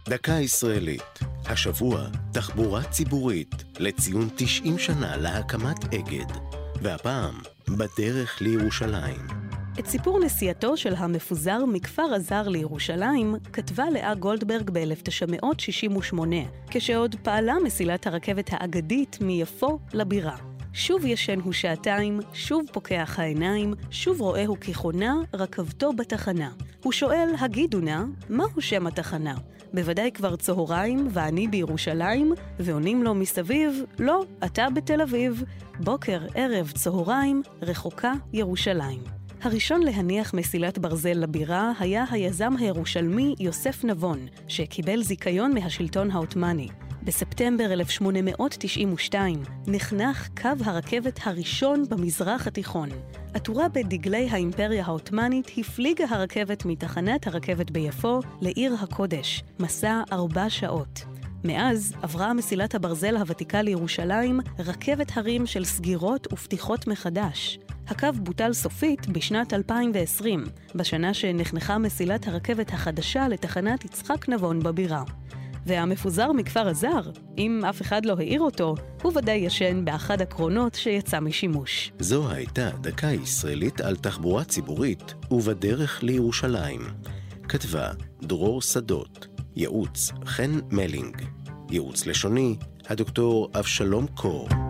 דקה ישראלית. השבוע תחבורה ציבורית לציון 90 שנה להקמת אגד. והפעם בדרך לירושלים. את סיפור נסיעתו של המפוזר מכפר עזר לירושלים כתבה לאה גולדברג ב-1968, כשעוד פעלה מסילת הרכבת האגדית מיפו לבירה. שוב ישן הוא שעתיים, שוב פוקח העיניים, שוב רואה הוא כחונה, רכבתו בתחנה. הוא שואל, הגידו נא, מהו שם התחנה? בוודאי כבר צהריים ואני בירושלים, ועונים לו מסביב, לא, אתה בתל אביב. בוקר, ערב, צהריים, רחוקה ירושלים. הראשון להניח מסילת ברזל לבירה היה היזם הירושלמי יוסף נבון, שקיבל זיכיון מהשלטון העות'מאני. בספטמבר 1892 נחנך קו הרכבת הראשון במזרח התיכון. עטורה בדגלי האימפריה העות'מאנית הפליגה הרכבת מתחנת הרכבת ביפו לעיר הקודש, מסע 4 שעות. מאז עברה מסילת הברזל הוותיקה לירושלים רכבת הרים של סגירות ופתיחות מחדש. הקו בוטל סופית בשנת 2020, בשנה שנחנכה מסילת הרכבת החדשה לתחנת יצחק נבון בבירה. והמפוזר מכפר עזר, אם אף אחד לא העיר אותו, הוא ודאי ישן באחד הקרונות שיצא משימוש. זו הייתה דקה ישראלית על תחבורה ציבורית ובדרך לירושלים. כתבה דרור שדות, ייעוץ חן מלינג, ייעוץ לשוני הדוקטור אבשלום קור.